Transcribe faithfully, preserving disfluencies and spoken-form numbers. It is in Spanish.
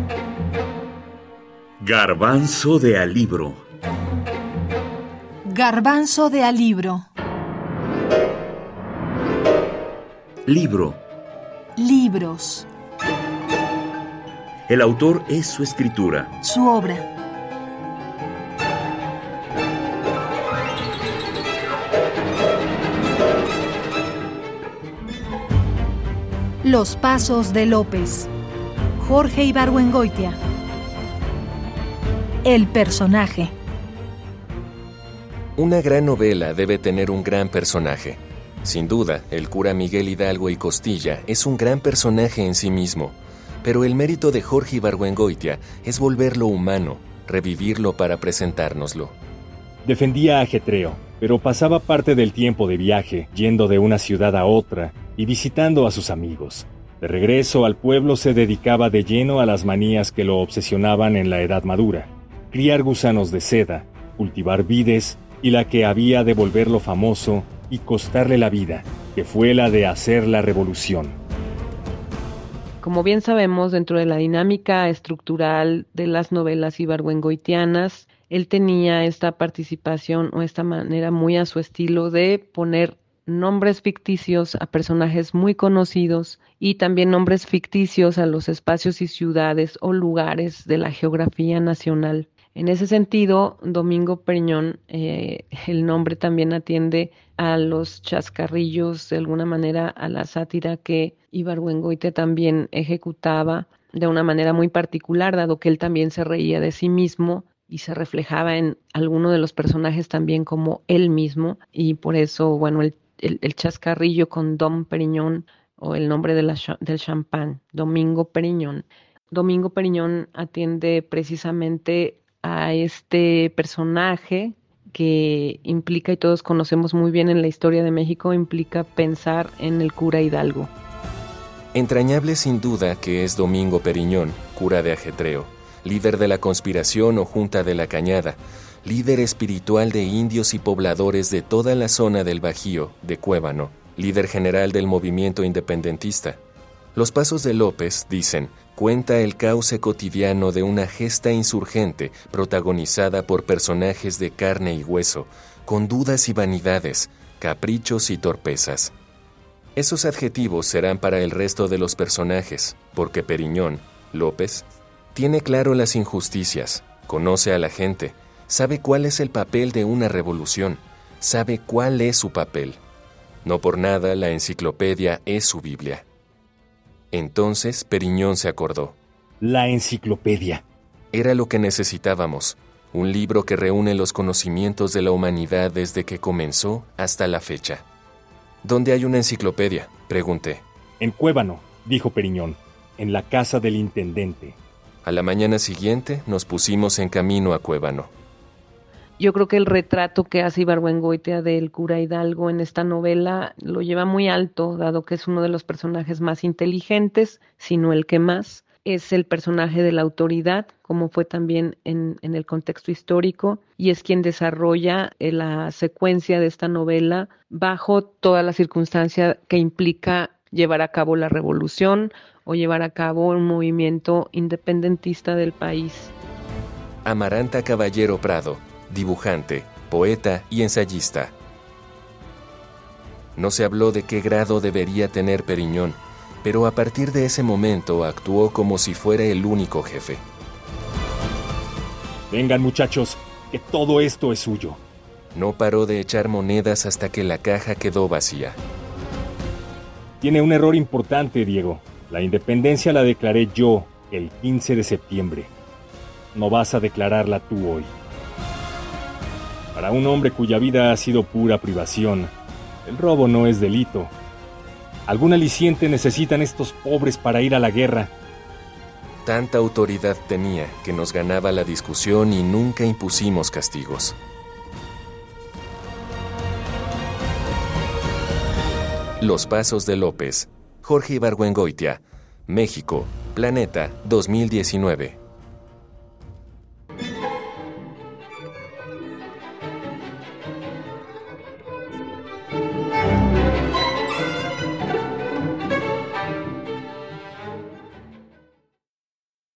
Garbanzo de alibro. Garbanzo de alibro. Libro. Libros. El autor es su escritura. Su obra. Los pasos de López. Jorge Ibargüengoitia. El personaje. Una gran novela debe tener un gran personaje. Sin duda, el cura Miguel Hidalgo y Costilla es un gran personaje en sí mismo, pero el mérito de Jorge Ibargüengoitia es volverlo humano, revivirlo para presentárnoslo. Defendía ajetreo, pero pasaba parte del tiempo de viaje, yendo de una ciudad a otra y visitando a sus amigos. De regreso al pueblo se dedicaba de lleno a las manías que lo obsesionaban en la edad madura: criar gusanos de seda, cultivar vides y la que había de volverlo famoso y costarle la vida, que fue la de hacer la revolución. Como bien sabemos, dentro de la dinámica estructural de las novelas ibargüengoitianas, él tenía esta participación o esta manera muy a su estilo de poner nombres ficticios a personajes muy conocidos y también nombres ficticios a los espacios y ciudades o lugares de la geografía nacional. En ese sentido, Domingo Periñón, eh, el nombre también atiende a los chascarrillos, de alguna manera a la sátira que Ibargüengoitia también ejecutaba de una manera muy particular, dado que él también se reía de sí mismo y se reflejaba en alguno de los personajes también como él mismo, y por eso, bueno, el, el, el chascarrillo con Dom Periñón, o el nombre de la, del champán, Domingo Periñón. Domingo Periñón atiende precisamente a este personaje que implica, y todos conocemos muy bien en la historia de México, implica pensar en el cura Hidalgo. Entrañable sin duda que es Domingo Periñón, cura de ajetreo, líder de la conspiración o Junta de la Cañada, líder espiritual de indios y pobladores de toda la zona del Bajío, de Cuébano, líder general del movimiento independentista. Los pasos de López, dicen, cuenta el cauce cotidiano de una gesta insurgente protagonizada por personajes de carne y hueso, con dudas y vanidades, caprichos y torpezas. Esos adjetivos serán para el resto de los personajes, porque Periñón, López, tiene claro las injusticias, conoce a la gente, sabe cuál es el papel de una revolución, sabe cuál es su papel. No por nada la enciclopedia es su Biblia. Entonces Periñón se acordó. La enciclopedia. Era lo que necesitábamos, un libro que reúne los conocimientos de la humanidad desde que comenzó hasta la fecha. ¿Dónde hay una enciclopedia?, pregunté. En Cuébano, dijo Periñón, en la casa del intendente. A la mañana siguiente nos pusimos en camino a Cuébano. Yo creo que el retrato que hace Ibargüengoitia del cura Hidalgo en esta novela lo lleva muy alto, dado que es uno de los personajes más inteligentes, si no el que más. Es el personaje de la autoridad, como fue también en, en el contexto histórico, y es quien desarrolla la secuencia de esta novela bajo toda la circunstancia que implica llevar a cabo la revolución o llevar a cabo un movimiento independentista del país. Amaranta Caballero Prado, dibujante, poeta y ensayista. No se habló de qué grado debería tener Periñón, pero a partir de ese momento actuó como si fuera el único jefe. Vengan, muchachos, que todo esto es suyo. No paró de echar monedas hasta que la caja quedó vacía. Tiene un error importante, Diego. La independencia la declaré yo el quince de septiembre. No vas a declararla tú hoy. Para un hombre cuya vida ha sido pura privación, el robo no es delito. ¿Algún aliciente necesitan estos pobres para ir a la guerra? Tanta autoridad tenía que nos ganaba la discusión y nunca impusimos castigos. Los pasos de López. Jorge Ibargüengoitia. México. Planeta dos mil diecinueve.